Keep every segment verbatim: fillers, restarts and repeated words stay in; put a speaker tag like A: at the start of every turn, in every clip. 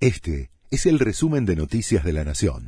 A: Este es el resumen de Noticias de la Nación.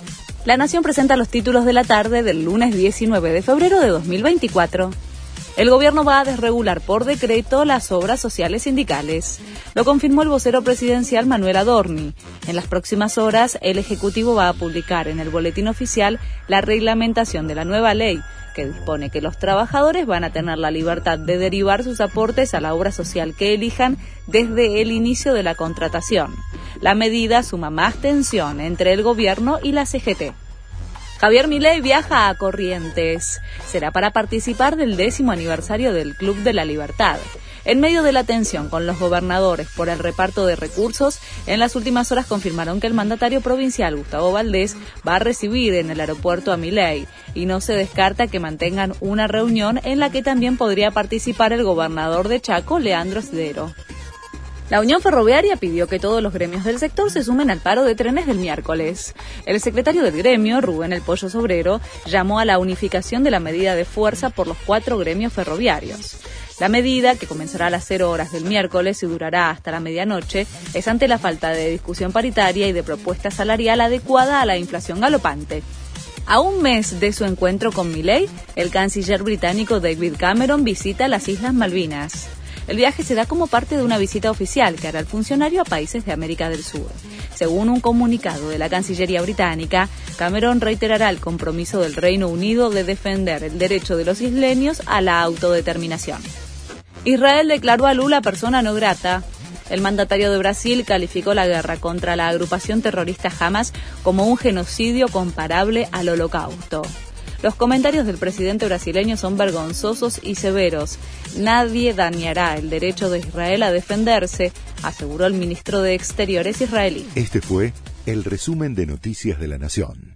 B: La Nación presenta los títulos de la tarde del lunes diecinueve de febrero de dos mil veinticuatro. El gobierno va a desregular por decreto las obras sociales sindicales. Lo confirmó el vocero presidencial Manuel Adorni. En las próximas horas, el Ejecutivo va a publicar en el Boletín Oficial la reglamentación de la nueva ley, que dispone que los trabajadores van a tener la libertad de derivar sus aportes a la obra social que elijan desde el inicio de la contratación. La medida suma más tensión entre el gobierno y la C G T. Javier Milei viaja a Corrientes. Será para participar del décimo aniversario del Club de la Libertad. En medio de la tensión con los gobernadores por el reparto de recursos, en las últimas horas confirmaron que el mandatario provincial, Gustavo Valdés, va a recibir en el aeropuerto a Milei, y no se descarta que mantengan una reunión en la que también podría participar el gobernador de Chaco, Leandro Sdero. La Unión Ferroviaria pidió que todos los gremios del sector se sumen al paro de trenes del miércoles. El secretario del gremio, Rubén El Pollo Sobrero, llamó a la unificación de la medida de fuerza por los cuatro gremios ferroviarios. La medida, que comenzará a las cero horas del miércoles y durará hasta la medianoche, es ante la falta de discusión paritaria y de propuesta salarial adecuada a la inflación galopante. A un mes de su encuentro con Milei, el canciller británico David Cameron visita las Islas Malvinas. El viaje se da como parte de una visita oficial que hará el funcionario a países de América del Sur. Según un comunicado de la Cancillería británica, Cameron reiterará el compromiso del Reino Unido de defender el derecho de los isleños a la autodeterminación. Israel declaró a Lula persona no grata. El mandatario de Brasil calificó la guerra contra la agrupación terrorista Hamas como un genocidio comparable al Holocausto. Los comentarios del presidente brasileño son vergonzosos y severos. Nadie dañará el derecho de Israel a defenderse, aseguró el ministro de Exteriores israelí.
A: Este fue el resumen de Noticias de la Nación.